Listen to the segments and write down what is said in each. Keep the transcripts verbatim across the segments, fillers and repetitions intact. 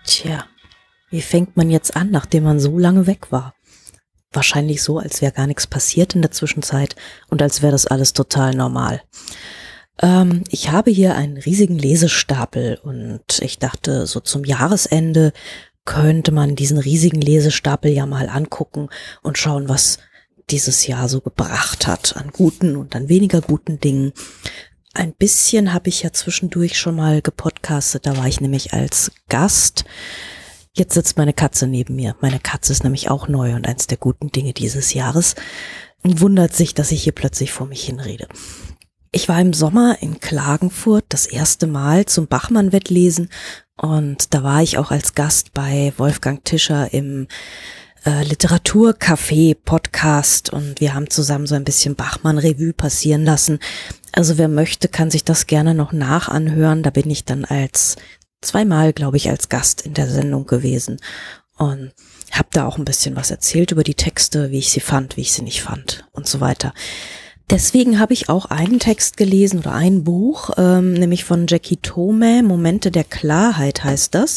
Tja, wie fängt man jetzt an, nachdem man so lange weg war? Wahrscheinlich so, als wäre gar nichts passiert in der Zwischenzeit und als wäre das alles total normal. Ähm, ich habe hier einen riesigen Lesestapel und ich dachte, so zum Jahresende könnte man diesen riesigen Lesestapel ja mal angucken und schauen, was dieses Jahr so gebracht hat an guten und an weniger guten Dingen. Ein bisschen habe ich ja zwischendurch schon mal gepodcastet, da war ich nämlich als Gast. Jetzt sitzt meine Katze neben mir. Meine Katze ist nämlich auch neu und eins der guten Dinge dieses Jahres. Und wundert sich, dass ich hier plötzlich vor mich hinrede. Ich war im Sommer in Klagenfurt das erste Mal zum Bachmann-Wettlesen und da war ich auch als Gast bei Wolfgang Tischer im äh, Literaturcafé-Podcast und wir haben zusammen so ein bisschen Bachmann-Revue passieren lassen. Also wer möchte, kann sich das gerne noch nachanhören. Da bin ich dann als zweimal, glaube ich, als Gast in der Sendung gewesen und habe da auch ein bisschen was erzählt über die Texte, wie ich sie fand, wie ich sie nicht fand und so weiter. Deswegen habe ich auch einen Text gelesen oder ein Buch, ähm, nämlich von Jackie Tome, Momente der Klarheit heißt das.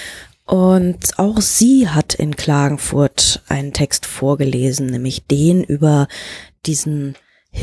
Und auch sie hat in Klagenfurt einen Text vorgelesen, nämlich den über diesen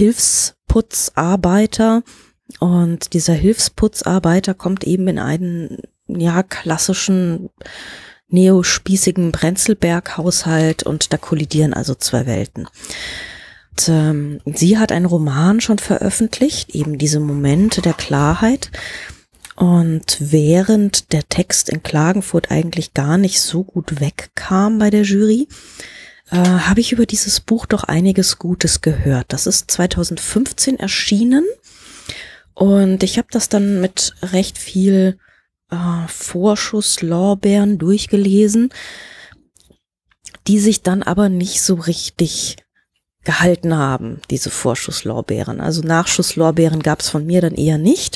Hilfsputzarbeiter. Und dieser Hilfsputzarbeiter kommt eben in einen, ja, klassischen neospießigen Prenzlberg-Haushalt und da kollidieren also zwei Welten. Und, ähm, sie hat einen Roman schon veröffentlicht, eben diese Momente der Klarheit. Und während der Text in Klagenfurt eigentlich gar nicht so gut wegkam bei der Jury, äh, habe ich über dieses Buch doch einiges Gutes gehört. Das ist zweitausendfünfzehn erschienen. Und ich habe das dann mit recht viel äh, Vorschusslorbeeren durchgelesen, die sich dann aber nicht so richtig gehalten haben, diese Vorschusslorbeeren. Also Nachschusslorbeeren gab es von mir dann eher nicht.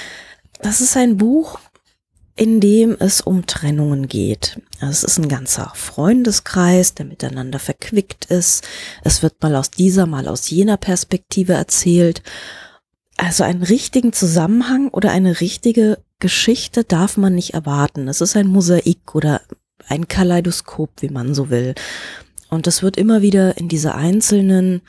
Das ist ein Buch, in dem es um Trennungen geht. Also es ist ein ganzer Freundeskreis, der miteinander verquickt ist. Es wird mal aus dieser, mal aus jener Perspektive erzählt. Also einen richtigen Zusammenhang oder eine richtige Geschichte darf man nicht erwarten. Es ist ein Mosaik oder ein Kaleidoskop, wie man so will. Und es wird immer wieder in diese einzelnen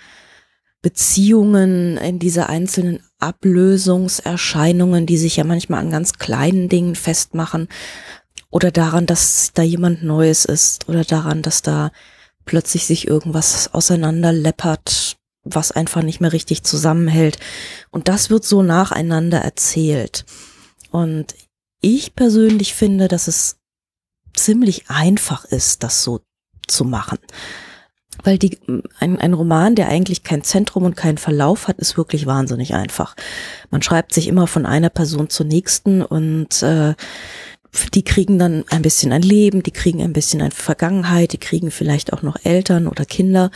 Beziehungen, in diese einzelnen Ablösungserscheinungen, die sich ja manchmal an ganz kleinen Dingen festmachen oder daran, dass da jemand Neues ist oder daran, dass da plötzlich sich irgendwas auseinanderleppert, was einfach nicht mehr richtig zusammenhält. Und das wird so nacheinander erzählt. Und ich persönlich finde, dass es ziemlich einfach ist, das so zu machen. Weil die, ein, ein Roman, der eigentlich kein Zentrum und keinen Verlauf hat, ist wirklich wahnsinnig einfach. Man schreibt sich immer von einer Person zur nächsten und äh, die kriegen dann ein bisschen ein Leben, die kriegen ein bisschen eine Vergangenheit, die kriegen vielleicht auch noch Eltern oder Kinder.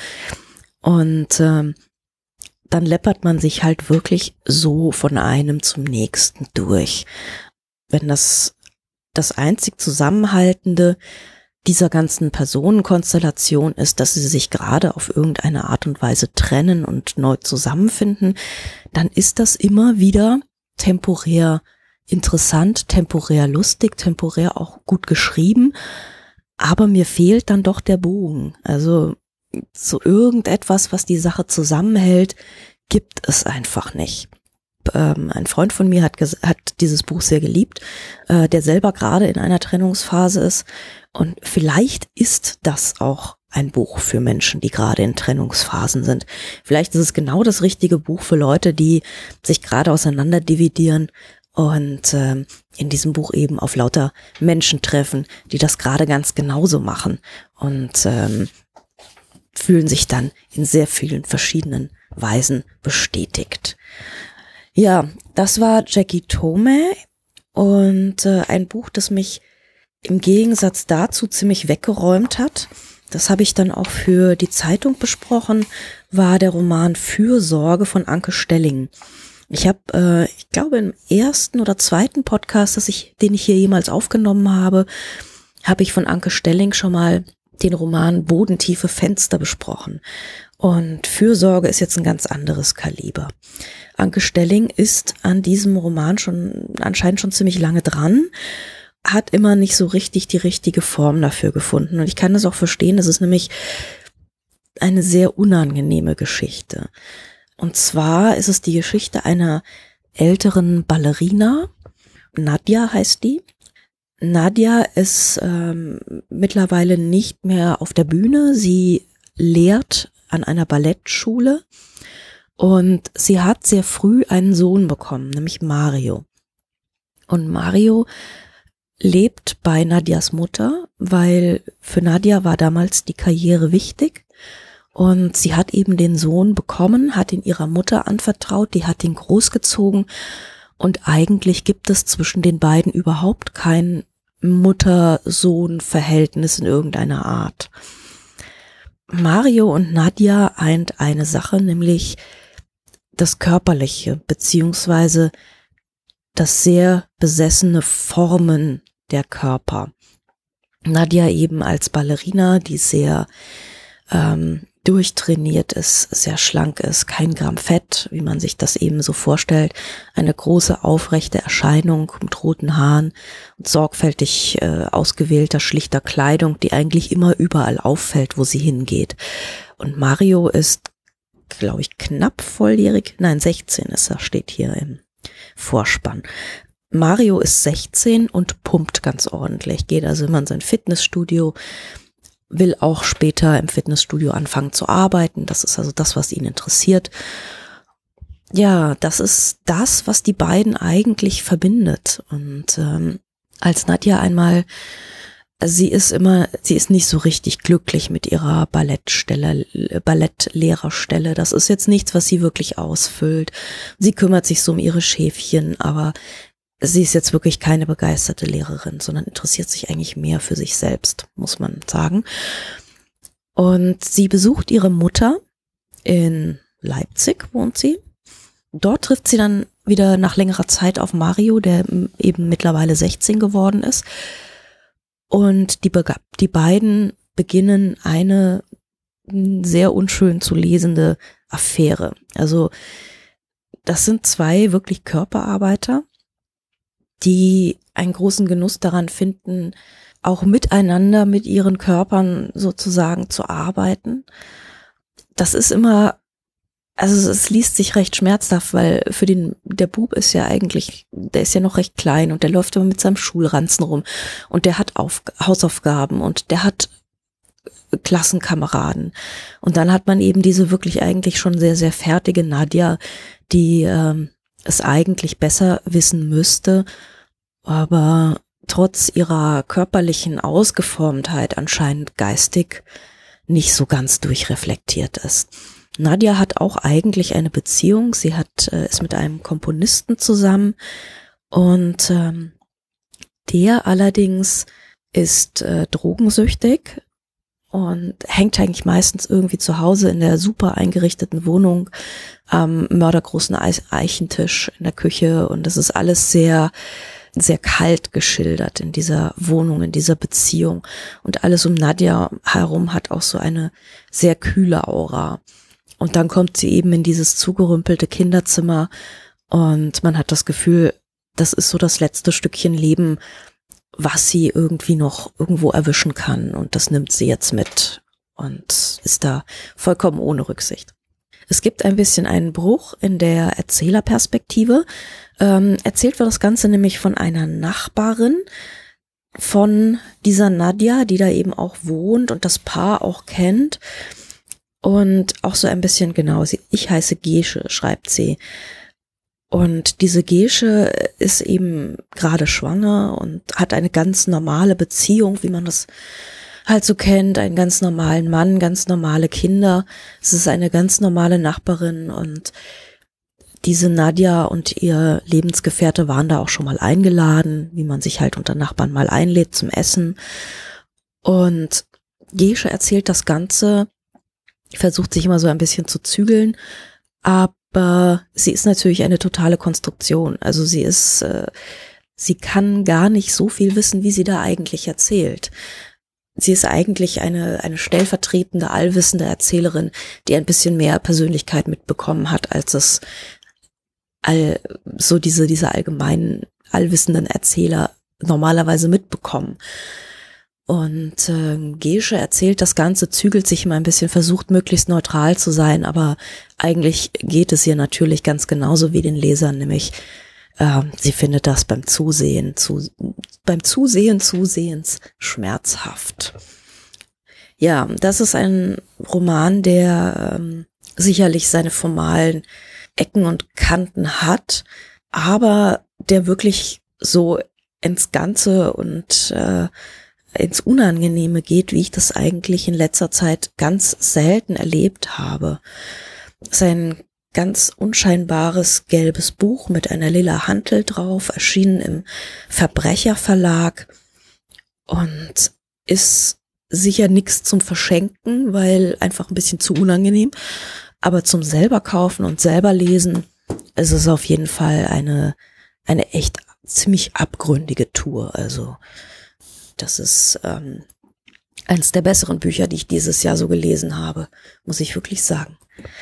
Und ähm, dann läppert man sich halt wirklich so von einem zum nächsten durch. Wenn das das einzig Zusammenhaltende dieser ganzen Personenkonstellation ist, dass sie sich gerade auf irgendeine Art und Weise trennen und neu zusammenfinden, dann ist das immer wieder temporär interessant, temporär lustig, temporär auch gut geschrieben. Aber mir fehlt dann doch der Bogen. Also so irgendetwas, was die Sache zusammenhält, gibt es einfach nicht. Ähm, ein Freund von mir hat, hat dieses Buch sehr geliebt, äh, der selber gerade in einer Trennungsphase ist. Und vielleicht ist das auch ein Buch für Menschen, die gerade in Trennungsphasen sind. Vielleicht ist es genau das richtige Buch für Leute, die sich gerade auseinander dividieren und ähm, in diesem Buch eben auf lauter Menschen treffen, die das gerade ganz genauso machen und ähm, fühlen sich dann in sehr vielen verschiedenen Weisen bestätigt. Ja, das war Jackie Tome und äh, ein Buch, das mich im Gegensatz dazu ziemlich weggeräumt hat. Das habe ich dann auch für die Zeitung besprochen, war der Roman Fürsorge von Anke Stelling. Ich habe, äh, ich glaube im ersten oder zweiten Podcast, das ich, den ich hier jemals aufgenommen habe, habe ich von Anke Stelling schon mal den Roman Bodentiefe Fenster besprochen. Und Fürsorge ist jetzt ein ganz anderes Kaliber. Anke Stelling ist an diesem Roman schon anscheinend schon ziemlich lange dran hat immer nicht so richtig die richtige Form dafür gefunden. Und ich kann das auch verstehen, das ist nämlich eine sehr unangenehme Geschichte. Und zwar ist es die Geschichte einer älteren Ballerina. Nadja heißt die. Nadja ist ähm, mittlerweile nicht mehr auf der Bühne. Sie lehrt an einer Ballettschule und sie hat sehr früh einen Sohn bekommen, nämlich Mario. Und Mario lebt bei Nadjas Mutter, weil für Nadja war damals die Karriere wichtig und sie hat eben den Sohn bekommen, hat ihn ihrer Mutter anvertraut, die hat ihn großgezogen und eigentlich gibt es zwischen den beiden überhaupt kein Mutter-Sohn-Verhältnis in irgendeiner Art. Mario und Nadja eint eine Sache, nämlich das Körperliche beziehungsweise das sehr besessene Formen der Körper. Nadja eben als Ballerina, die sehr ähm, durchtrainiert ist, sehr schlank ist, kein Gramm Fett, wie man sich das eben so vorstellt, eine große aufrechte Erscheinung mit roten Haaren und sorgfältig äh, ausgewählter, schlichter Kleidung, die eigentlich immer überall auffällt, wo sie hingeht. Und Mario ist, glaube ich, knapp volljährig, nein, sechzehn ist er, steht hier im Vorspann. Mario ist sechzehn und pumpt ganz ordentlich, geht also immer in sein Fitnessstudio, will auch später im Fitnessstudio anfangen zu arbeiten. Das ist also das, was ihn interessiert. Ja, das ist das, was die beiden eigentlich verbindet. Und ähm, als Nadja einmal, sie ist immer, sie ist nicht so richtig glücklich mit ihrer Ballettstelle, Ballettlehrerstelle. Das ist jetzt nichts, was sie wirklich ausfüllt. Sie kümmert sich so um ihre Schäfchen, aber sie ist jetzt wirklich keine begeisterte Lehrerin, sondern interessiert sich eigentlich mehr für sich selbst, muss man sagen. Und sie besucht ihre Mutter in Leipzig, wohnt sie. Dort trifft sie dann wieder nach längerer Zeit auf Mario, der eben mittlerweile sechzehn geworden ist. Und die, Be- die beiden beginnen eine sehr unschön zu lesende Affäre. Also das sind zwei wirklich Körperarbeiter, die einen großen Genuss daran finden, auch miteinander mit ihren Körpern sozusagen zu arbeiten. Das ist immer, also es liest sich recht schmerzhaft, weil für den, der Bub ist ja eigentlich, der ist ja noch recht klein und der läuft immer mit seinem Schulranzen rum und der hat Auf, Hausaufgaben und der hat Klassenkameraden. Und dann hat man eben diese wirklich eigentlich schon sehr, sehr fertige Nadja, die ähm, es eigentlich besser wissen müsste, aber trotz ihrer körperlichen Ausgeformtheit anscheinend geistig nicht so ganz durchreflektiert ist. Nadja hat auch eigentlich eine Beziehung. Sie hat äh, ist mit einem Komponisten zusammen und ähm, der allerdings ist äh, drogensüchtig und hängt eigentlich meistens irgendwie zu Hause in der super eingerichteten Wohnung am mördergroßen Eichentisch in der Küche und das ist alles sehr sehr kalt geschildert in dieser Wohnung, in dieser Beziehung. Und alles um Nadja herum hat auch so eine sehr kühle Aura. Und dann kommt sie eben in dieses zugerümpelte Kinderzimmer und man hat das Gefühl, das ist so das letzte Stückchen Leben, was sie irgendwie noch irgendwo erwischen kann. Und das nimmt sie jetzt mit und ist da vollkommen ohne Rücksicht. Es gibt ein bisschen einen Bruch in der Erzählerperspektive. Ähm, erzählt wird das Ganze nämlich von einer Nachbarin von dieser Nadja, die da eben auch wohnt und das Paar auch kennt. Und auch so ein bisschen, genau, sie, ich heiße Gesche, schreibt sie. Und diese Gesche ist eben gerade schwanger und hat eine ganz normale Beziehung, wie man das halt so kennt, einen ganz normalen Mann, ganz normale Kinder. Es ist eine ganz normale Nachbarin und diese Nadja und ihr Lebensgefährte waren da auch schon mal eingeladen, wie man sich halt unter Nachbarn mal einlädt zum Essen. Und Gesche erzählt das Ganze, versucht sich immer so ein bisschen zu zügeln, aber sie ist natürlich eine totale Konstruktion. Also sie ist, äh, sie kann gar nicht so viel wissen, wie sie da eigentlich erzählt. Sie ist eigentlich eine eine stellvertretende, allwissende Erzählerin, die ein bisschen mehr Persönlichkeit mitbekommen hat, als es all, so diese diese allgemeinen, allwissenden Erzähler normalerweise mitbekommen. Und äh, Gesche erzählt das Ganze, zügelt sich immer ein bisschen, versucht möglichst neutral zu sein, aber eigentlich geht es ihr natürlich ganz genauso wie den Lesern, nämlich äh, sie findet das beim Zusehen, zu, beim Zusehen, Zusehens schmerzhaft. Ja, das ist ein Roman, der ähm, sicherlich seine formalen Ecken und Kanten hat, aber der wirklich so ins Ganze und äh, ins Unangenehme geht, wie ich das eigentlich in letzter Zeit ganz selten erlebt habe. Es ist ein ganz unscheinbares gelbes Buch mit einer lila Hantel drauf, erschienen im Verbrecherverlag und ist sicher nichts zum Verschenken, weil einfach ein bisschen zu unangenehm, aber zum selber kaufen und selber lesen ist es auf jeden Fall eine, eine echt ziemlich abgründige Tour, also das ist ähm, eines der besseren Bücher, die ich dieses Jahr so gelesen habe, muss ich wirklich sagen.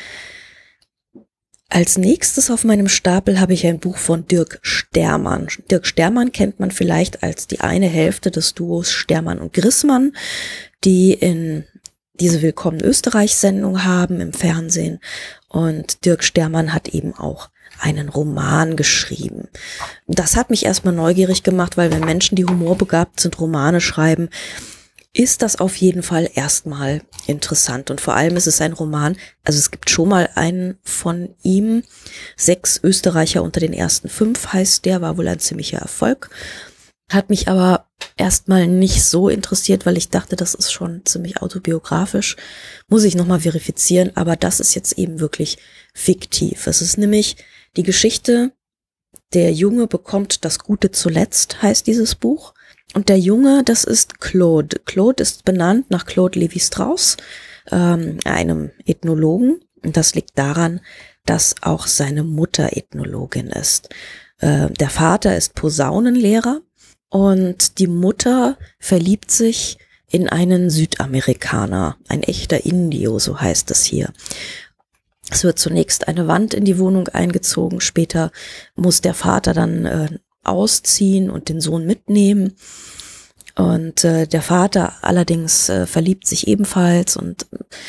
Als nächstes auf meinem Stapel habe ich ein Buch von Dirk Stermann. Dirk Stermann kennt man vielleicht als die eine Hälfte des Duos Stermann und Grissmann, die in diese Willkommen Österreich-Sendung haben im Fernsehen. Und Dirk Stermann hat eben auch einen Roman geschrieben. Das hat mich erstmal neugierig gemacht, weil wenn Menschen, die humorbegabt sind, Romane schreiben, ist das auf jeden Fall erstmal interessant. Und vor allem ist es ein Roman, also es gibt schon mal einen von ihm, Sechs Österreicher unter den ersten fünf heißt der, war wohl ein ziemlicher Erfolg. Hat mich aber erstmal nicht so interessiert, weil ich dachte, das ist schon ziemlich autobiografisch. Muss ich nochmal verifizieren, aber das ist jetzt eben wirklich fiktiv. Es ist nämlich die Geschichte, der Junge bekommt das Gute zuletzt, heißt dieses Buch. Und der Junge, das ist Claude. Claude ist benannt nach Claude Lévi-Strauss, ähm, einem Ethnologen. Und das liegt daran, dass auch seine Mutter Ethnologin ist. Äh, der Vater ist Posaunenlehrer und die Mutter verliebt sich in einen Südamerikaner, ein echter Indio, so heißt es hier. Es wird zunächst eine Wand in die Wohnung eingezogen, später muss der Vater dann äh, ausziehen und den Sohn mitnehmen. Und äh, der Vater allerdings äh, verliebt sich ebenfalls und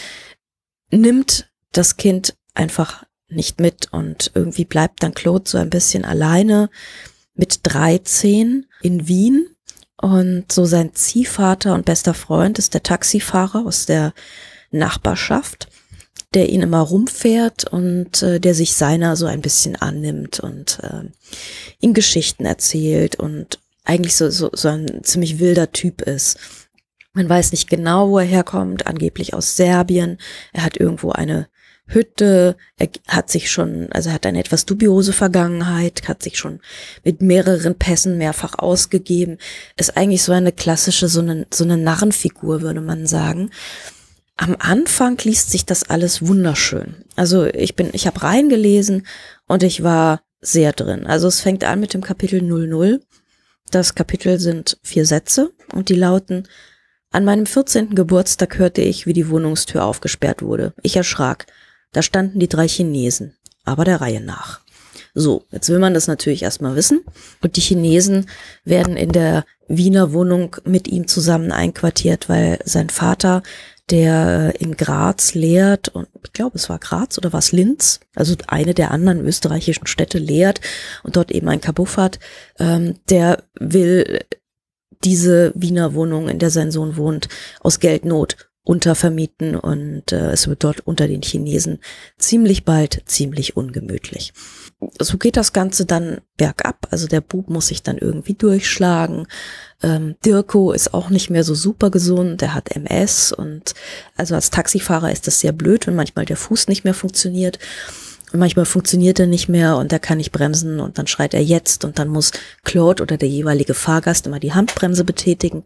nimmt das Kind einfach nicht mit. Und irgendwie bleibt dann Claude so ein bisschen alleine mit dreizehn in Wien. Und so sein Ziehvater und bester Freund ist der Taxifahrer aus der Nachbarschaft, der ihn immer rumfährt und äh, der sich seiner so ein bisschen annimmt und äh, ihm Geschichten erzählt und eigentlich so, so, so ein ziemlich wilder Typ ist. Man weiß nicht genau, wo er herkommt, angeblich aus Serbien. Er hat irgendwo eine Hütte, er hat sich schon, also er hat eine etwas dubiose Vergangenheit, hat sich schon mit mehreren Pässen mehrfach ausgegeben. Ist eigentlich so eine klassische, so eine, so eine Narrenfigur, würde man sagen. Am Anfang liest sich das alles wunderschön. Also ich bin, ich habe reingelesen und ich war sehr drin. Also es fängt an mit dem Kapitel null null. Das Kapitel sind vier Sätze und die lauten: An meinem vierzehnten Geburtstag hörte ich, wie die Wohnungstür aufgesperrt wurde. Ich erschrak. Da standen die drei Chinesen, aber der Reihe nach. So, jetzt will man das natürlich erstmal wissen. Und die Chinesen werden in der Wiener Wohnung mit ihm zusammen einquartiert, weil sein Vater, der in Graz lehrt, und ich glaube, es war Graz oder war es Linz, also eine der anderen österreichischen Städte lehrt und dort eben ein Kabuff hat, ähm, der will diese Wiener Wohnung, in der sein Sohn wohnt, aus Geldnot untervermieten und äh, es wird dort unter den Chinesen ziemlich bald ziemlich ungemütlich. So geht das Ganze dann bergab, also der Bub muss sich dann irgendwie durchschlagen. Ähm, Dirko ist auch nicht mehr so super gesund, der hat M S und also als Taxifahrer ist das sehr blöd, wenn manchmal der Fuß nicht mehr funktioniert. Und manchmal funktioniert er nicht mehr und er kann nicht bremsen und dann schreit er jetzt und dann muss Claude oder der jeweilige Fahrgast immer die Handbremse betätigen.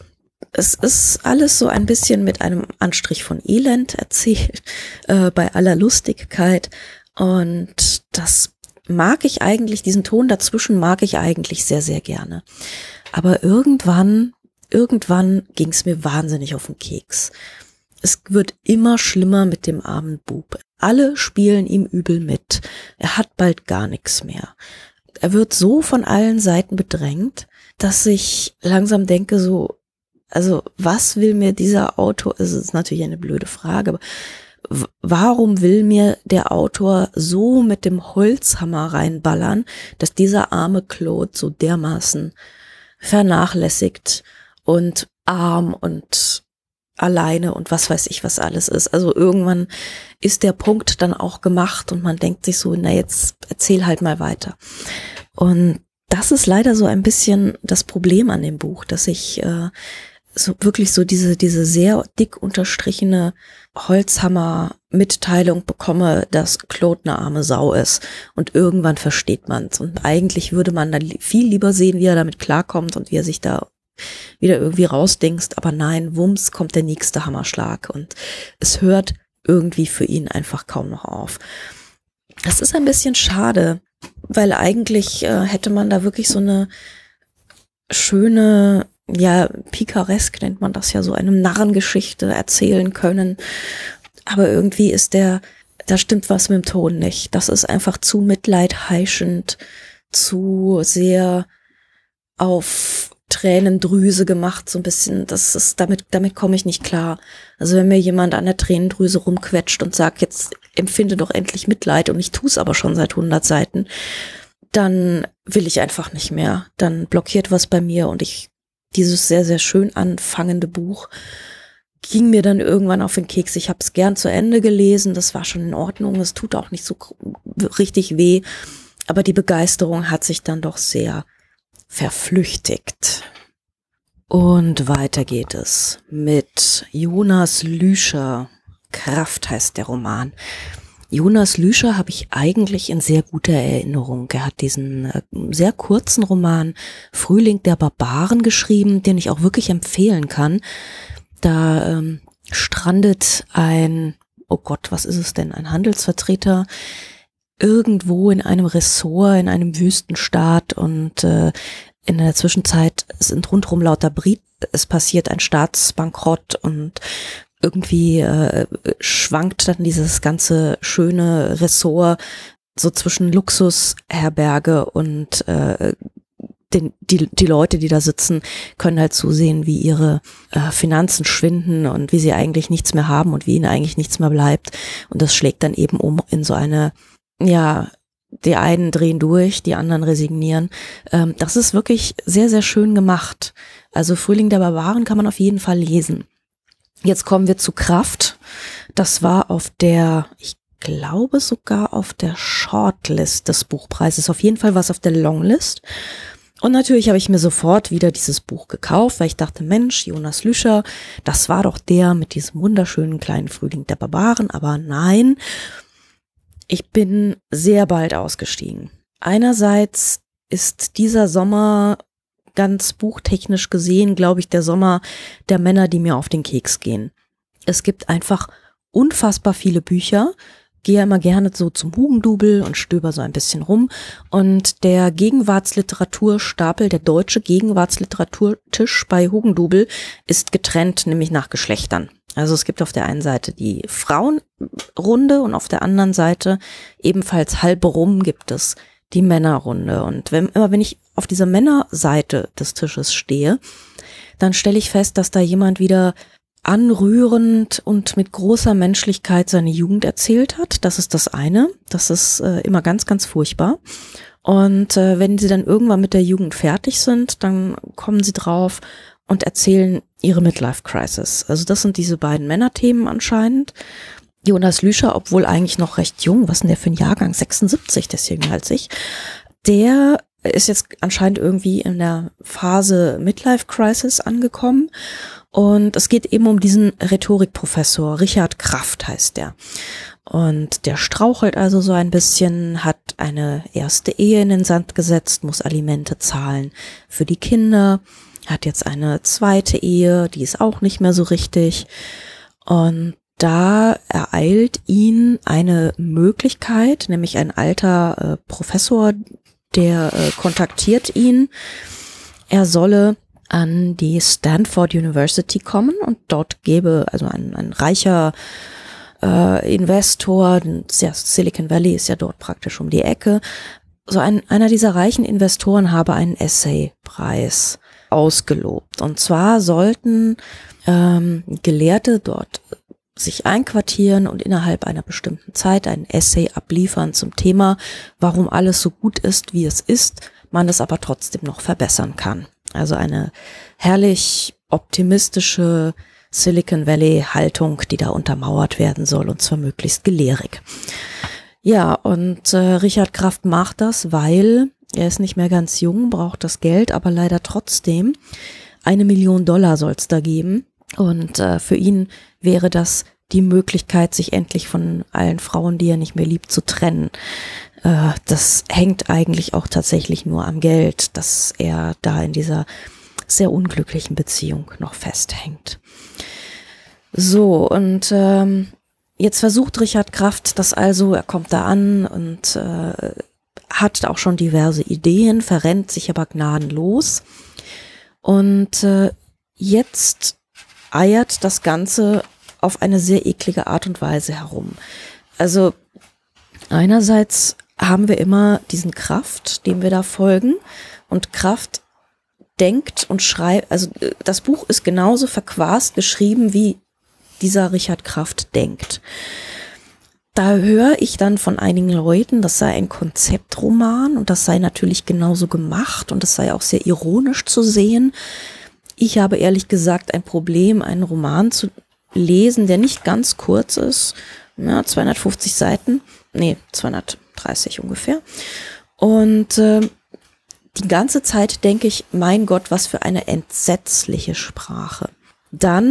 Es ist alles so ein bisschen mit einem Anstrich von Elend erzählt, äh, bei aller Lustigkeit. Und das mag ich eigentlich, diesen Ton dazwischen mag ich eigentlich sehr, sehr gerne. Aber irgendwann, irgendwann ging es mir wahnsinnig auf den Keks. Es wird immer schlimmer mit dem armen Bub. Alle spielen ihm übel mit. Er hat bald gar nichts mehr. Er wird so von allen Seiten bedrängt. dass ich langsam denke so, also was will mir dieser Autor, es ist natürlich eine blöde Frage, aber w- warum will mir der Autor so mit dem Holzhammer reinballern, dass dieser arme Claude so dermaßen vernachlässigt und arm und alleine und was weiß ich, was alles ist. Also irgendwann ist der Punkt dann auch gemacht und man denkt sich so, na jetzt erzähl halt mal weiter. Und das ist leider so ein bisschen das Problem an dem Buch, dass ich äh, so wirklich so diese diese sehr dick unterstrichene Holzhammer-Mitteilung bekomme, dass Claude eine arme Sau ist. Und irgendwann versteht man's. Und eigentlich würde man dann viel lieber sehen, wie er damit klarkommt und wie er sich da wieder irgendwie rausdingst. Aber nein, wumms, kommt der nächste Hammerschlag. Und es hört irgendwie für ihn einfach kaum noch auf. Das ist ein bisschen schade, weil eigentlich äh, hätte man da wirklich so eine schöne, ja, pikaresk nennt man das ja, so eine Narrengeschichte erzählen können. Aber irgendwie ist der, da stimmt was mit dem Ton nicht. Das ist einfach zu mitleidheischend, zu sehr auf Tränendrüse gemacht, so ein bisschen. Das ist, damit, damit komme ich nicht klar. Also wenn mir jemand an der Tränendrüse rumquetscht und sagt, jetzt empfinde doch endlich Mitleid und ich tue es aber schon seit hundert Seiten, dann will ich einfach nicht mehr. Dann blockiert was bei mir und ich, dieses sehr, sehr schön anfangende Buch ging mir dann irgendwann auf den Keks. Ich habe es gern zu Ende gelesen, das war schon in Ordnung, es tut auch nicht so richtig weh, aber die Begeisterung hat sich dann doch sehr verflüchtigt. Und weiter geht es mit Jonas Lüscher. Kraft heißt der Roman. Jonas Lüscher habe ich eigentlich in sehr guter Erinnerung. Er hat diesen äh, sehr kurzen Roman Frühling der Barbaren geschrieben, den ich auch wirklich empfehlen kann. Da ähm, strandet ein, oh Gott, was ist es denn, ein Handelsvertreter irgendwo in einem Ressort, in einem Wüstenstaat und äh, in der Zwischenzeit sind rundherum lauter Briten, es passiert ein Staatsbankrott und irgendwie äh, schwankt dann dieses ganze schöne Ressort so zwischen Luxusherberge und äh, den, die, die Leute, die da sitzen, können halt zusehen, wie ihre äh, Finanzen schwinden und wie sie eigentlich nichts mehr haben und wie ihnen eigentlich nichts mehr bleibt. Und das schlägt dann eben um in so eine, ja, die einen drehen durch, die anderen resignieren. Ähm, das ist wirklich sehr, sehr schön gemacht. Also Frühling der Barbaren kann man auf jeden Fall lesen. Jetzt kommen wir zu Kraft. Das war auf der, ich glaube sogar auf der Shortlist des Buchpreises. Auf jeden Fall war es auf der Longlist. Und natürlich habe ich mir sofort wieder dieses Buch gekauft, weil ich dachte, Mensch, Jonas Lüscher, das war doch der mit diesem wunderschönen kleinen Frühling der Barbaren. Aber nein, ich bin sehr bald ausgestiegen. Einerseits ist dieser Sommer ganz buchtechnisch gesehen, glaube ich, der Sommer der Männer, die mir auf den Keks gehen. Es gibt einfach unfassbar viele Bücher. Gehe immer gerne so zum Hugendubel und stöber so ein bisschen rum. Und der Gegenwartsliteraturstapel, der deutsche Gegenwartsliteraturtisch bei Hugendubel ist getrennt, nämlich nach Geschlechtern. Also es gibt auf der einen Seite die Frauenrunde und auf der anderen Seite ebenfalls halb rum gibt es die Männerrunde. Und wenn, immer wenn ich auf dieser Männerseite des Tisches stehe, dann stelle ich fest, dass da jemand wieder anrührend und mit großer Menschlichkeit seine Jugend erzählt hat. Das ist das eine. Das ist äh, immer ganz, ganz furchtbar. Und äh, wenn sie dann irgendwann mit der Jugend fertig sind, dann kommen sie drauf und erzählen ihre Midlife-Crisis. Also das sind diese beiden Männerthemen anscheinend. Jonas Lüscher, obwohl eigentlich noch recht jung, was ist denn der für ein Jahrgang? sechsundsiebzig, der ist jünger als ich. Der ist jetzt anscheinend irgendwie in der Phase Midlife-Crisis angekommen. Und es geht eben um diesen Rhetorikprofessor, Richard Kraft heißt der. Und der strauchelt also so ein bisschen, hat eine erste Ehe in den Sand gesetzt, muss Alimente zahlen für die Kinder, hat jetzt eine zweite Ehe, die ist auch nicht mehr so richtig. Und da ereilt ihn eine Möglichkeit, nämlich ein alter äh, Professor, der äh, kontaktiert ihn. Er solle an die Stanford University kommen und dort gäbe also ein, ein reicher äh, Investor, ja, Silicon Valley ist ja dort praktisch um die Ecke, so ein, einer dieser reichen Investoren habe einen Essaypreis ausgelobt. Und zwar sollten ähm, Gelehrte dort sich einquartieren und innerhalb einer bestimmten Zeit ein Essay abliefern zum Thema, warum alles so gut ist, wie es ist, man es aber trotzdem noch verbessern kann. Also eine herrlich optimistische Silicon Valley Haltung, die da untermauert werden soll, und zwar möglichst gelehrig. Ja, und äh, Richard Kraft macht das, weil er ist nicht mehr ganz jung, braucht das Geld, aber leider trotzdem. Eine Million Dollar soll es da geben. Und äh, für ihn wäre das die Möglichkeit, sich endlich von allen Frauen, die er nicht mehr liebt, zu trennen. Äh, das hängt eigentlich auch tatsächlich nur am Geld, dass er da in dieser sehr unglücklichen Beziehung noch festhängt. So, und ähm, jetzt versucht Richard Kraft das also, er kommt da an und äh, hat auch schon diverse Ideen, verrennt sich aber gnadenlos. Und äh, jetzt eiert das Ganze auf eine sehr eklige Art und Weise herum. Also einerseits haben wir immer diesen Kraft, dem wir da folgen, und Kraft denkt und schreibt, also das Buch ist genauso verquast geschrieben, wie dieser Richard Kraft denkt. Da höre ich dann von einigen Leuten, das sei ein Konzeptroman und das sei natürlich genauso gemacht und das sei auch sehr ironisch zu sehen. Ich habe ehrlich gesagt ein Problem, einen Roman zu lesen, der nicht ganz kurz ist, ja, zweihundertfünfzig Seiten, nee, zweihundertdreißig ungefähr. Und äh, die ganze Zeit denke ich, mein Gott, was für eine entsetzliche Sprache. Dann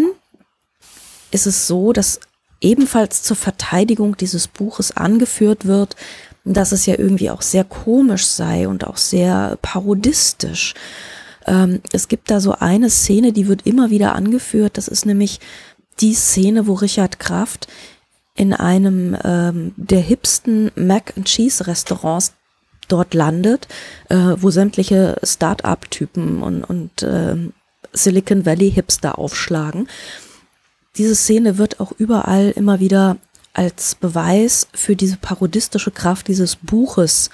ist es so, dass ebenfalls zur Verteidigung dieses Buches angeführt wird, dass es ja irgendwie auch sehr komisch sei und auch sehr parodistisch. Ähm, es gibt da so eine Szene, die wird immer wieder angeführt, das ist nämlich die Szene, wo Richard Kraft in einem ähm, der hipsten Mac and Cheese Restaurants dort landet, äh, wo sämtliche Start-up-Typen und, und äh, Silicon Valley Hipster aufschlagen. Diese Szene wird auch überall immer wieder als Beweis für diese parodistische Kraft dieses Buches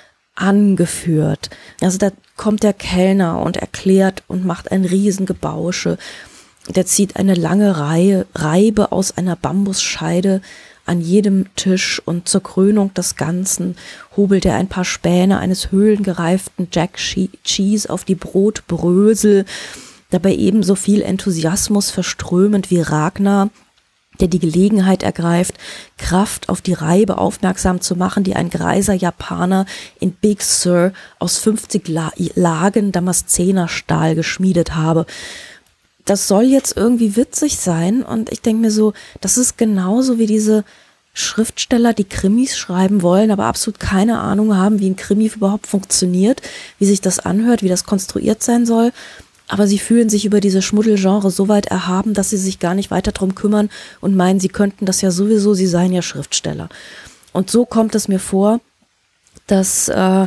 angeführt. Also da kommt der Kellner und erklärt und macht ein Riesengebausche. Der zieht eine lange Reihe, Reibe aus einer Bambusscheide an jedem Tisch und zur Krönung des Ganzen hobelt er ein paar Späne eines höhlengereiften Jack Cheese auf die Brotbrösel, dabei ebenso viel Enthusiasmus verströmend wie Ragnar, der die Gelegenheit ergreift, Kraft auf die Reibe aufmerksam zu machen, die ein greiser Japaner in Big Sur aus fünfzig Lagen Damaszenerstahl geschmiedet habe. Das soll jetzt irgendwie witzig sein und ich denke mir so, das ist genauso wie diese Schriftsteller, die Krimis schreiben wollen, aber absolut keine Ahnung haben, wie ein Krimi überhaupt funktioniert, wie sich das anhört, wie das konstruiert sein soll. Aber sie fühlen sich über diese Schmuddelgenre so weit erhaben, dass sie sich gar nicht weiter drum kümmern und meinen, sie könnten das ja sowieso, sie seien ja Schriftsteller. Und so kommt es mir vor, dass äh,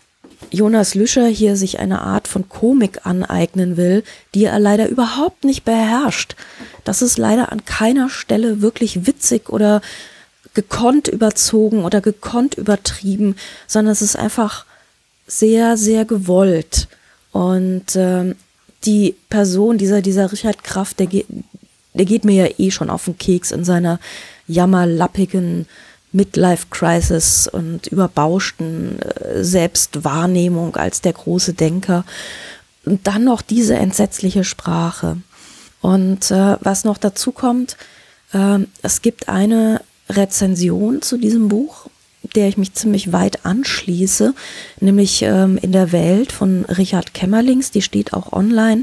Jonas Lüscher hier sich eine Art von Komik aneignen will, die er leider überhaupt nicht beherrscht. Das ist leider an keiner Stelle wirklich witzig oder gekonnt überzogen oder gekonnt übertrieben, sondern es ist einfach sehr, sehr gewollt. Und ähm, die Person, dieser, dieser Richard Kraft, der geht, der geht mir ja eh schon auf den Keks in seiner jammerlappigen Midlife-Crisis und überbauschten äh, Selbstwahrnehmung als der große Denker. Und dann noch diese entsetzliche Sprache. Und äh, was noch dazu kommt, äh, es gibt eine Rezension zu diesem Buch, der ich mich ziemlich weit anschließe, nämlich ähm, in der Welt von Richard Kämmerlings, die steht auch online.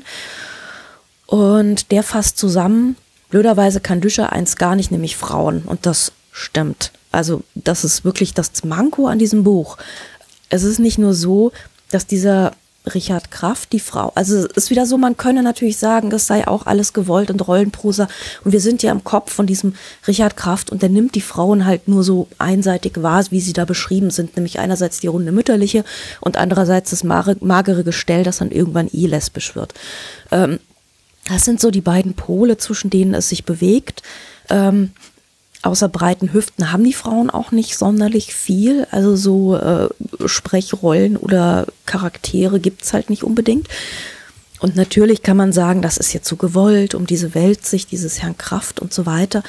Und der fasst zusammen, blöderweise kann Lüscher eins gar nicht, nämlich Frauen. Und das stimmt. Also das ist wirklich das Manko an diesem Buch. Es ist nicht nur so, dass dieser Richard Kraft, die Frau, also es ist wieder so, man könne natürlich sagen, das sei auch alles gewollt und Rollenprosa und wir sind ja im Kopf von diesem Richard Kraft und der nimmt die Frauen halt nur so einseitig wahr, wie sie da beschrieben sind, nämlich einerseits die runde mütterliche und andererseits das magere Gestell, das dann irgendwann eh lesbisch wird. Ähm, das sind so die beiden Pole, zwischen denen es sich bewegt. Ähm, außer breiten Hüften haben die Frauen auch nicht sonderlich viel. Also so äh, Sprechrollen oder Charaktere gibt's halt nicht unbedingt. Und natürlich kann man sagen, das ist jetzt so gewollt, um diese Weltsicht dieses Herrn Kraft und so weiter.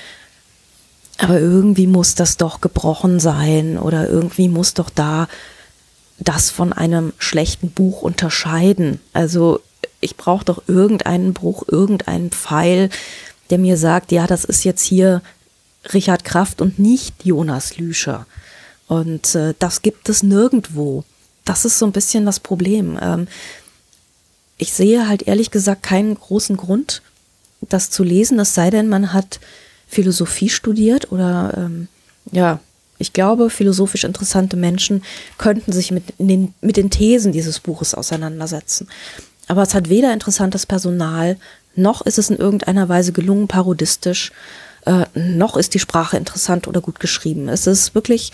Aber irgendwie muss das doch gebrochen sein oder irgendwie muss doch da das von einem schlechten Buch unterscheiden. Also ich brauche doch irgendeinen Bruch, irgendeinen Pfeil, der mir sagt, ja, das ist jetzt hier Richard Kraft und nicht Jonas Lüscher. Und äh, das gibt es nirgendwo. Das ist so ein bisschen das Problem. Ähm, ich sehe halt ehrlich gesagt keinen großen Grund, das zu lesen, es sei denn, man hat Philosophie studiert oder ähm, ja, ich glaube, philosophisch interessante Menschen könnten sich mit den, mit den Thesen dieses Buches auseinandersetzen. Aber es hat weder interessantes Personal, noch ist es in irgendeiner Weise gelungen parodistisch, äh, noch ist die Sprache interessant oder gut geschrieben. Es ist wirklich,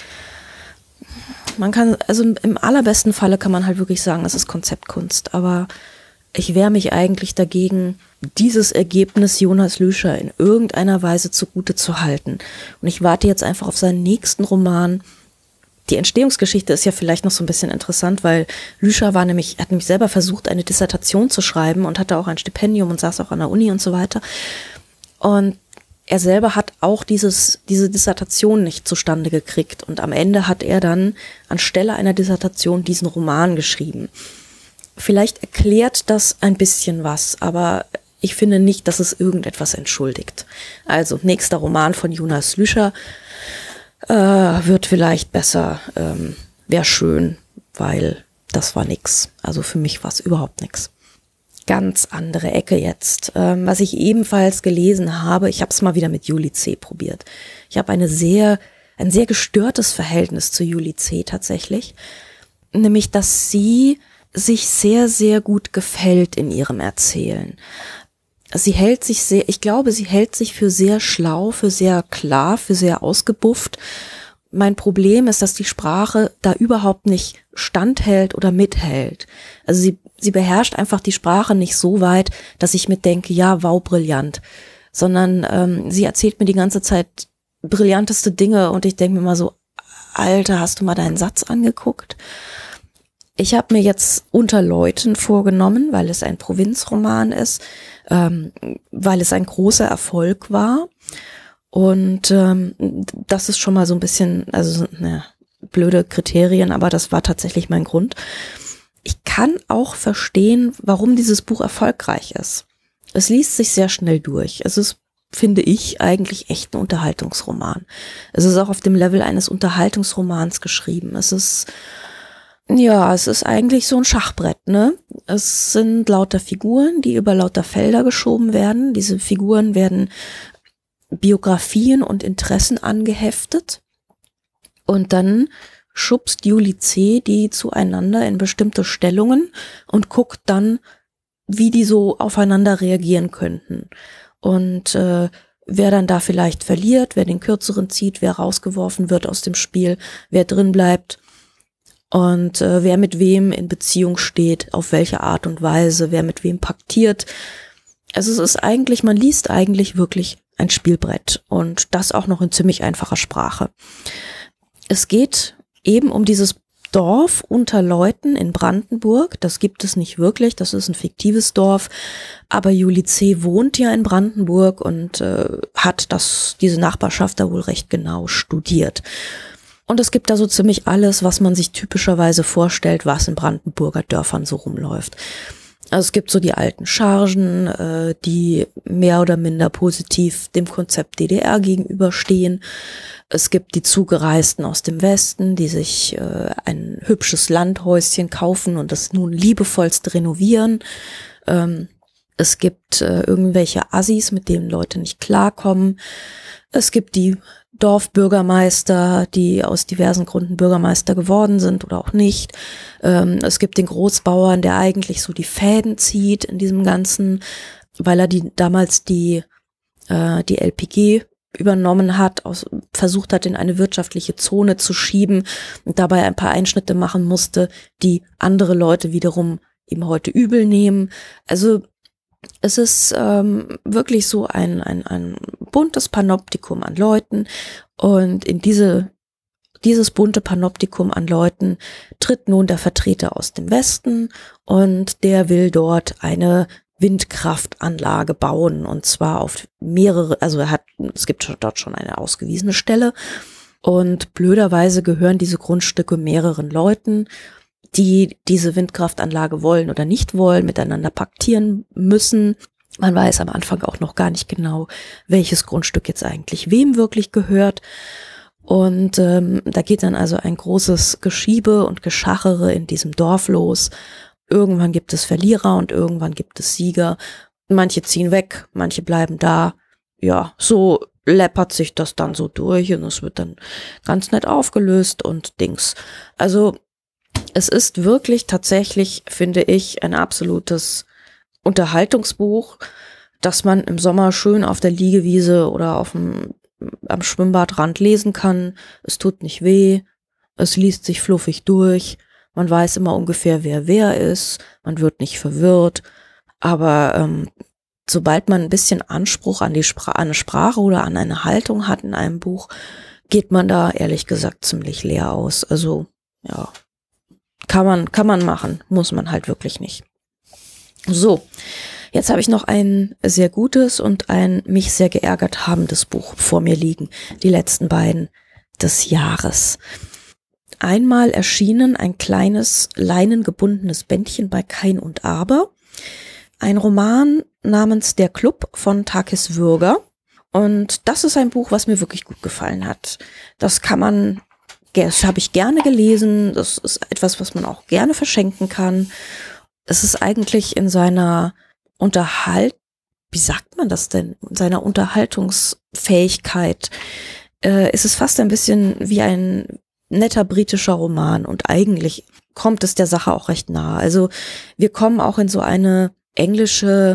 man kann, also im allerbesten Falle kann man halt wirklich sagen, es ist Konzeptkunst, aber ich wehre mich eigentlich dagegen, dieses Ergebnis Jonas Lüscher in irgendeiner Weise zugute zu halten. Und ich warte jetzt einfach auf seinen nächsten Roman. Die Entstehungsgeschichte ist ja vielleicht noch so ein bisschen interessant, weil Lüscher war nämlich, hat nämlich selber versucht, eine Dissertation zu schreiben und hatte auch ein Stipendium und saß auch an der Uni und so weiter. Und er selber hat auch dieses, diese Dissertation nicht zustande gekriegt. Und am Ende hat er dann anstelle einer Dissertation diesen Roman geschrieben. Vielleicht erklärt das ein bisschen was, aber ich finde nicht, dass es irgendetwas entschuldigt. Also, nächster Roman von Jonas Lüscher äh, wird vielleicht besser, ähm, wäre schön, weil das war nix. Also für mich war es überhaupt nix. Ganz andere Ecke jetzt. Ähm, was ich ebenfalls gelesen habe, ich habe es mal wieder mit Julie C. probiert. Ich habe eine sehr, ein sehr gestörtes Verhältnis zu Julie C. tatsächlich. Nämlich, dass sie sich sehr, sehr gut gefällt in ihrem Erzählen. Sie hält sich sehr, ich glaube, sie hält sich für sehr schlau, für sehr klar, für sehr ausgebufft. Mein Problem ist, dass die Sprache da überhaupt nicht standhält oder mithält. Also sie, sie beherrscht einfach die Sprache nicht so weit, dass ich mir denke, ja, wow, brillant. Sondern ähm, sie erzählt mir die ganze Zeit brillanteste Dinge und ich denke mir mal so, Alter, hast du mal deinen Satz angeguckt? Ich habe mir jetzt Unter Leuten vorgenommen, weil es ein Provinzroman ist, ähm, weil es ein großer Erfolg war. Und ähm, das ist schon mal so ein bisschen, also ne, blöde Kriterien, aber das war tatsächlich mein Grund. Ich kann auch verstehen, warum dieses Buch erfolgreich ist. Es liest sich sehr schnell durch. Es ist, finde ich, eigentlich echt ein Unterhaltungsroman. Es ist auch auf dem Level eines Unterhaltungsromans geschrieben. Es ist Ja, es ist eigentlich so ein Schachbrett, ne? Es sind lauter Figuren, die über lauter Felder geschoben werden. Diese Figuren werden Biografien und Interessen angeheftet. Und dann schubst Julie C. die zueinander in bestimmte Stellungen und guckt dann, wie die so aufeinander reagieren könnten. Und äh, wer dann da vielleicht verliert, wer den Kürzeren zieht, wer rausgeworfen wird aus dem Spiel, wer drin bleibt. Und äh, wer mit wem in Beziehung steht, auf welche Art und Weise, wer mit wem paktiert. Also es ist eigentlich, man liest eigentlich wirklich ein Spielbrett und das auch noch in ziemlich einfacher Sprache. Es geht eben um dieses Dorf Unter Leuten in Brandenburg. Das gibt es nicht wirklich, das ist ein fiktives Dorf. Aber Julie C. wohnt ja in Brandenburg und äh, hat das, diese Nachbarschaft da wohl recht genau studiert. Und es gibt da so ziemlich alles, was man sich typischerweise vorstellt, was in Brandenburger Dörfern so rumläuft. Also es gibt so die alten Chargen, äh, die mehr oder minder positiv dem Konzept D D R gegenüberstehen. Es gibt die Zugereisten aus dem Westen, die sich äh, ein hübsches Landhäuschen kaufen und das nun liebevollst renovieren. Ähm, es gibt äh, irgendwelche Assis, mit denen Leute nicht klarkommen. Es gibt die Dorfbürgermeister, die aus diversen Gründen Bürgermeister geworden sind oder auch nicht. Ähm, es gibt den Großbauern, der eigentlich so die Fäden zieht in diesem Ganzen, weil er die damals die äh, die L P G übernommen hat, aus, versucht hat, in eine wirtschaftliche Zone zu schieben und dabei ein paar Einschnitte machen musste, die andere Leute wiederum ihm heute übel nehmen. Also Es ist ähm, wirklich so ein, ein, ein buntes Panoptikum an Leuten und in diese dieses bunte Panoptikum an Leuten tritt nun der Vertreter aus dem Westen und der will dort eine Windkraftanlage bauen und zwar auf mehrere, also er hat, es gibt dort schon eine ausgewiesene Stelle und blöderweise gehören diese Grundstücke mehreren Leuten, die diese Windkraftanlage wollen oder nicht wollen, miteinander paktieren müssen. Man weiß am Anfang auch noch gar nicht genau, welches Grundstück jetzt eigentlich wem wirklich gehört. Und ähm, da geht dann also ein großes Geschiebe und Geschachere in diesem Dorf los. Irgendwann gibt es Verlierer und irgendwann gibt es Sieger. Manche ziehen weg, manche bleiben da. Ja, so läppert sich das dann so durch und es wird dann ganz nett aufgelöst und Dings. Also es ist wirklich tatsächlich, finde ich, ein absolutes Unterhaltungsbuch, das man im Sommer schön auf der Liegewiese oder auf dem am Schwimmbadrand lesen kann. Es tut nicht weh, es liest sich fluffig durch, man weiß immer ungefähr, wer wer ist, man wird nicht verwirrt, aber ähm, sobald man ein bisschen Anspruch an die Spra- an eine Sprache oder an eine Haltung hat in einem Buch, geht man da ehrlich gesagt ziemlich leer aus. Also ja, kann man kann man machen, muss man halt wirklich nicht. So. Jetzt habe ich noch ein sehr gutes und ein mich sehr geärgert habendes Buch vor mir liegen. Die letzten beiden des Jahres. Einmal erschienen ein kleines, leinengebundenes Bändchen bei Kain und Aber. Ein Roman namens Der Club von Takis Würger. Und das ist ein Buch, was mir wirklich gut gefallen hat. Das kann man, das habe ich gerne gelesen. Das ist etwas, was man auch gerne verschenken kann. Es ist eigentlich in seiner Unterhalt, wie sagt man das denn, in seiner Unterhaltungsfähigkeit, äh, ist es fast ein bisschen wie ein netter britischer Roman und eigentlich kommt es der Sache auch recht nahe. Also wir kommen auch in so eine englische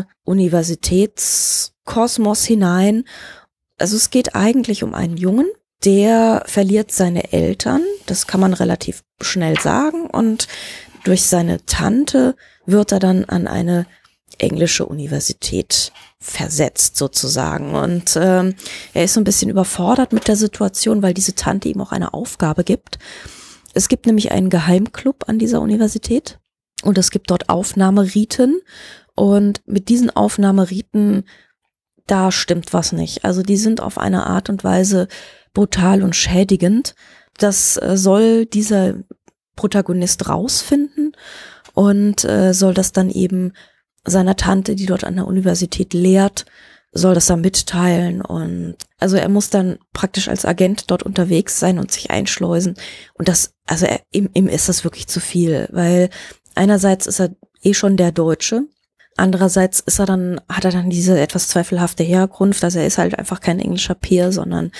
Universitätskosmos hinein. Also es geht eigentlich um einen Jungen, der verliert seine Eltern, das kann man relativ schnell sagen, und durch seine Tante wird er dann an eine englische Universität versetzt sozusagen und ähm, er ist so ein bisschen überfordert mit der Situation, weil diese Tante ihm auch eine Aufgabe gibt. Es gibt nämlich einen Geheimclub an dieser Universität und es gibt dort Aufnahmeriten und mit diesen Aufnahmeriten, da stimmt was nicht. Also die sind auf eine Art und Weise brutal und schädigend. Das äh, soll dieser Protagonist rausfinden und äh, soll das dann eben seiner Tante, die dort an der Universität lehrt, soll das dann mitteilen und also er muss dann praktisch als Agent dort unterwegs sein und sich einschleusen und das, also er, ihm, ihm ist das wirklich zu viel, weil einerseits ist er eh schon der Deutsche, andererseits ist er dann, hat er dann diese etwas zweifelhafte Herkunft, also er ist halt einfach kein englischer Peer, sondern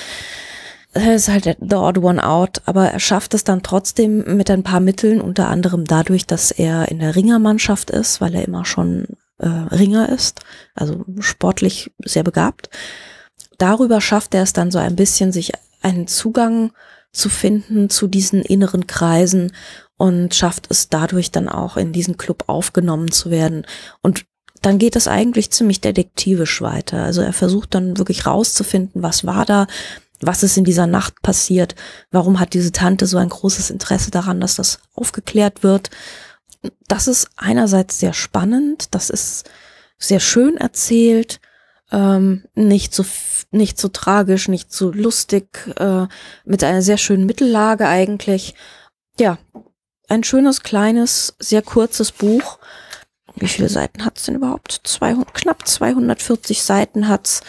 er ist halt the odd one out, aber er schafft es dann trotzdem mit ein paar Mitteln, unter anderem dadurch, dass er in der Ringermannschaft ist, weil er immer schon äh, Ringer ist, also sportlich sehr begabt. Darüber schafft er es dann so ein bisschen, sich einen Zugang zu finden zu diesen inneren Kreisen und schafft es dadurch dann auch in diesen Club aufgenommen zu werden. Und dann geht es eigentlich ziemlich detektivisch weiter. Also er versucht dann wirklich rauszufinden, was war da, was ist in dieser Nacht passiert, warum hat diese Tante so ein großes Interesse daran, dass das aufgeklärt wird. Das ist einerseits sehr spannend, das ist sehr schön erzählt, ähm, nicht so nicht so tragisch, nicht so lustig, äh, mit einer sehr schönen Mittellage eigentlich. Ja, ein schönes, kleines, sehr kurzes Buch. Wie viele Seiten hat's denn überhaupt? zweihundert, knapp zweihundertvierzig Seiten hat's.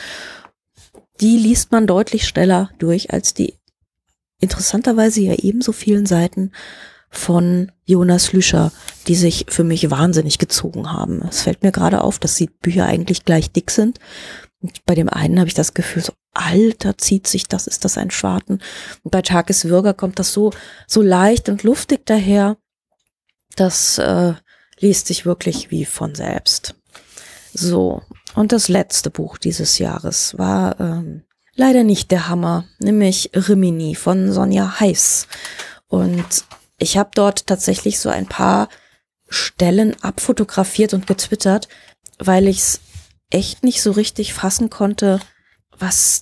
Die liest man deutlich schneller durch als die interessanterweise ja ebenso vielen Seiten von Jonas Lüscher, die sich für mich wahnsinnig gezogen haben. Es fällt mir gerade auf, dass die Bücher eigentlich gleich dick sind. Und bei dem einen habe ich das Gefühl, so Alter, zieht sich das, ist das ein Schwarten. Und bei Takis Würger kommt das so so leicht und luftig daher. Das äh, liest sich wirklich wie von selbst. So, und das letzte Buch dieses Jahres war ähm, leider nicht der Hammer, nämlich Rimini von Sonja Heiß. Und ich habe dort tatsächlich so ein paar Stellen abfotografiert und getwittert, weil ich es echt nicht so richtig fassen konnte, was,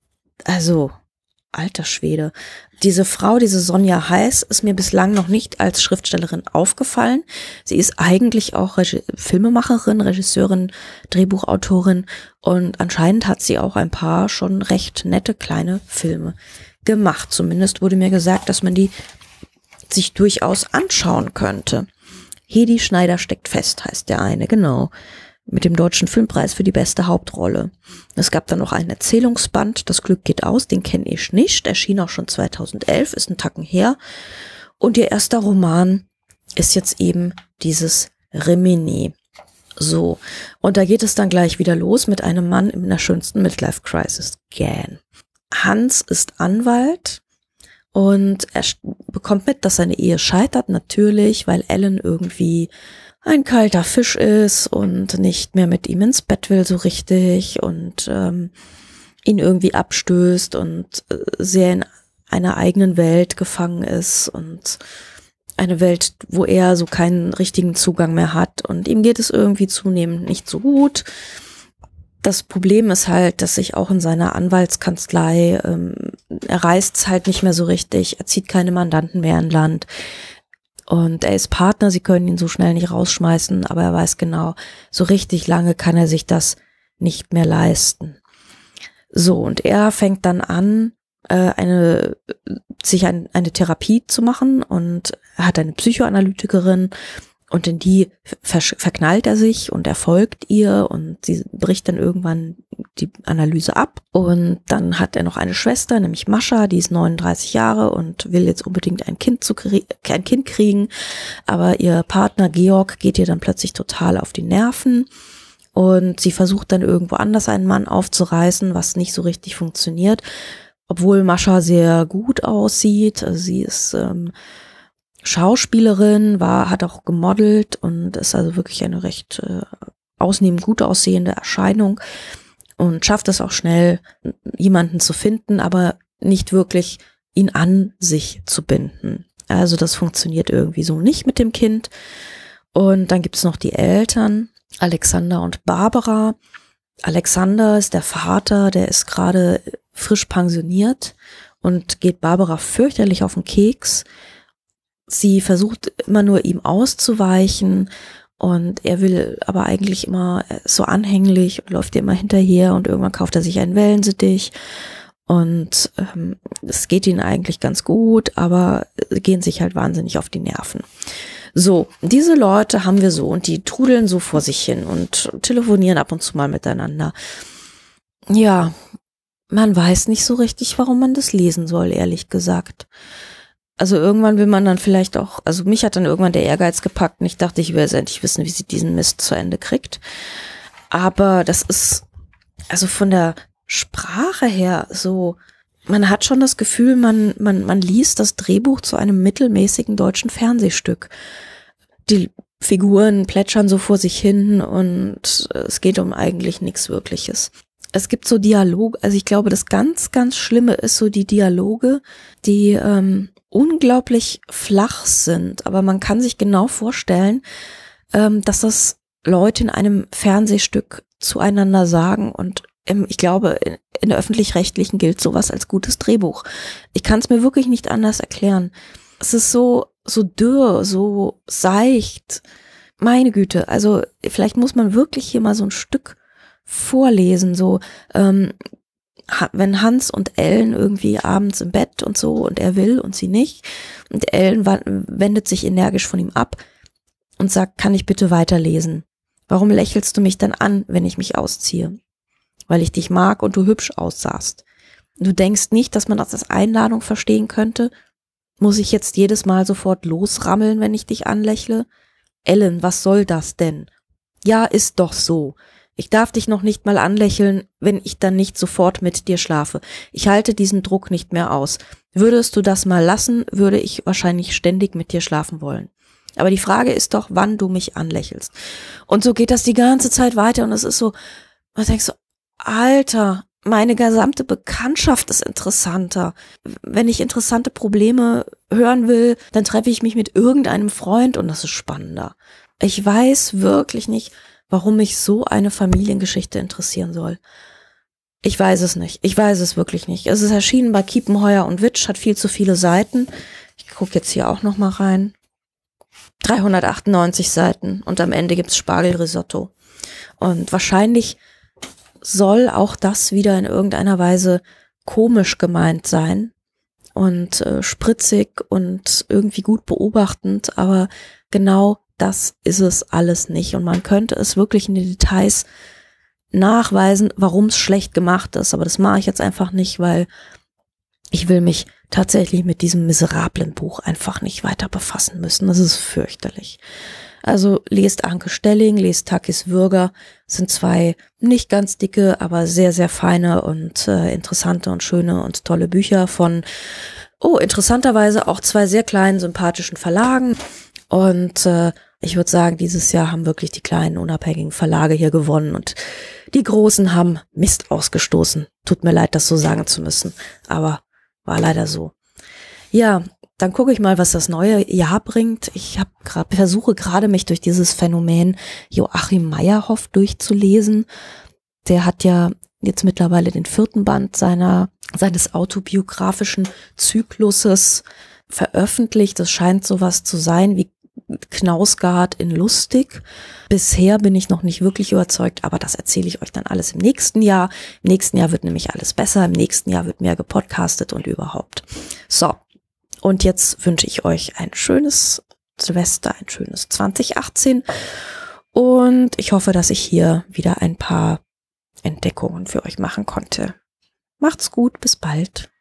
also, alter Schwede. Diese Frau, diese Sonja Heiß, ist mir bislang noch nicht als Schriftstellerin aufgefallen. Sie ist eigentlich auch Regi- Filmemacherin, Regisseurin, Drehbuchautorin und anscheinend hat sie auch ein paar schon recht nette kleine Filme gemacht. Zumindest wurde mir gesagt, dass man die sich durchaus anschauen könnte. Hedi Schneider steckt fest, heißt der eine, genau. Mit dem Deutschen Filmpreis für die beste Hauptrolle. Es gab dann noch einen Erzählungsband, Das Glück geht aus, den kenne ich nicht, erschien auch schon zweitausendelf, ist ein Tacken her. Und ihr erster Roman ist jetzt eben dieses Rimini. So, und da geht es dann gleich wieder los mit einem Mann in der schönsten Midlife-Crisis. Gähn. Hans ist Anwalt und er bekommt mit, dass seine Ehe scheitert, natürlich, weil Ellen irgendwie ein kalter Fisch ist und nicht mehr mit ihm ins Bett will so richtig und ähm, ihn irgendwie abstößt und äh, sehr in einer eigenen Welt gefangen ist und eine Welt, wo er so keinen richtigen Zugang mehr hat und ihm geht es irgendwie zunehmend nicht so gut. Das Problem ist halt, dass sich auch in seiner Anwaltskanzlei, ähm, er reist halt nicht mehr so richtig, er zieht keine Mandanten mehr in Land. Und er ist Partner, sie können ihn so schnell nicht rausschmeißen, aber er weiß genau, so richtig lange kann er sich das nicht mehr leisten. So, und er fängt dann an, äh, eine, sich ein, eine Therapie zu machen und er hat eine Psychoanalytikerin und in die ver- verknallt er sich und er folgt ihr und sie bricht dann irgendwann die Analyse ab. Und dann hat er noch eine Schwester, nämlich Mascha, die ist neununddreißig Jahre und will jetzt unbedingt ein Kind zu krie- ein Kind kriegen. Aber ihr Partner Georg geht ihr dann plötzlich total auf die Nerven. Und sie versucht dann irgendwo anders einen Mann aufzureißen, was nicht so richtig funktioniert. Obwohl Mascha sehr gut aussieht. Also sie ist ähm, Schauspielerin, war, hat auch gemodelt und ist also wirklich eine recht äh, ausnehmend gut aussehende Erscheinung und schafft es auch schnell, jemanden zu finden, aber nicht wirklich ihn an sich zu binden. Also das funktioniert irgendwie so nicht mit dem Kind. Und dann gibt es noch die Eltern, Alexander und Barbara. Alexander ist der Vater, der ist gerade frisch pensioniert und geht Barbara fürchterlich auf den Keks. Sie versucht immer nur ihm auszuweichen und er will aber eigentlich immer so anhänglich und läuft ihr immer hinterher und irgendwann kauft er sich einen Wellensittich und ähm, es geht ihnen eigentlich ganz gut, aber gehen sich halt wahnsinnig auf die Nerven. So, diese Leute haben wir so und die trudeln so vor sich hin und telefonieren ab und zu mal miteinander. Ja, man weiß nicht so richtig, warum man das lesen soll, ehrlich gesagt. Also irgendwann will man dann vielleicht auch, also mich hat dann irgendwann der Ehrgeiz gepackt und ich dachte, ich will jetzt endlich wissen, wie sie diesen Mist zu Ende kriegt. Aber das ist, also von der Sprache her so, man hat schon das Gefühl, man, man, man liest das Drehbuch zu einem mittelmäßigen deutschen Fernsehstück. Die Figuren plätschern so vor sich hin und es geht um eigentlich nichts Wirkliches. Es gibt so Dialoge, also ich glaube, das ganz, ganz Schlimme ist so die Dialoge, die ähm, unglaublich flach sind, aber man kann sich genau vorstellen, ähm, dass das Leute in einem Fernsehstück zueinander sagen und im, ich glaube, in, in der Öffentlich-Rechtlichen gilt sowas als gutes Drehbuch. Ich kann es mir wirklich nicht anders erklären. Es ist so, so dürr, so seicht. Meine Güte, also vielleicht muss man wirklich hier mal so ein Stück vorlesen, so ähm, wenn Hans und Ellen irgendwie abends im Bett und so und er will und sie nicht und Ellen wendet sich energisch von ihm ab und sagt, kann ich bitte weiterlesen? Warum lächelst du mich dann an, wenn ich mich ausziehe? Weil ich dich mag und du hübsch aussahst. Du denkst nicht, dass man das als Einladung verstehen könnte? Muss ich jetzt jedes Mal sofort losrammeln, wenn ich dich anlächle? Ellen, was soll das denn? Ja, ist doch so. Ich darf dich noch nicht mal anlächeln, wenn ich dann nicht sofort mit dir schlafe. Ich halte diesen Druck nicht mehr aus. Würdest du das mal lassen, würde ich wahrscheinlich ständig mit dir schlafen wollen. Aber die Frage ist doch, wann du mich anlächelst. Und so geht das die ganze Zeit weiter und es ist so, man denkt so, Alter, meine gesamte Bekanntschaft ist interessanter. Wenn ich interessante Probleme hören will, dann treffe ich mich mit irgendeinem Freund und das ist spannender. Ich weiß wirklich nicht, warum mich so eine Familiengeschichte interessieren soll. Ich weiß es nicht. Ich weiß es wirklich nicht. Es ist erschienen bei Kiepenheuer und Witsch, hat viel zu viele Seiten. Ich gucke jetzt hier auch noch mal rein. dreihundertachtundneunzig Seiten und am Ende gibt's Spargelrisotto. Und wahrscheinlich soll auch das wieder in irgendeiner Weise komisch gemeint sein und äh, spritzig und irgendwie gut beobachtend, aber genau das ist es alles nicht. Und man könnte es wirklich in den Details nachweisen, warum es schlecht gemacht ist, aber das mache ich jetzt einfach nicht, weil ich will mich tatsächlich mit diesem miserablen Buch einfach nicht weiter befassen müssen. Das ist fürchterlich. Also lest Anke Stelling, lest Takis Würger. Das sind zwei nicht ganz dicke, aber sehr, sehr feine und äh, interessante und schöne und tolle Bücher von, oh, interessanterweise auch zwei sehr kleinen, sympathischen Verlagen. Und äh, ich würde sagen, dieses Jahr haben wirklich die kleinen, unabhängigen Verlage hier gewonnen und die Großen haben Mist ausgestoßen. Tut mir leid, das so sagen zu müssen, aber war leider so. Ja, dann gucke ich mal, was das neue Jahr bringt. Ich habe gerade versuche gerade mich durch dieses Phänomen Joachim Meyerhoff durchzulesen. Der hat ja jetzt mittlerweile den vierten Band seiner seines autobiografischen Zykluses veröffentlicht. Das scheint sowas zu sein wie Knausgard in lustig. Bisher bin ich noch nicht wirklich überzeugt, aber das erzähle ich euch dann alles im nächsten Jahr. Im nächsten Jahr wird nämlich alles besser. Im nächsten Jahr wird mehr gepodcastet und überhaupt. So. Und jetzt wünsche ich euch ein schönes Silvester, ein schönes zwanzig achtzehn und ich hoffe, dass ich hier wieder ein paar Entdeckungen für euch machen konnte. Macht's gut, bis bald.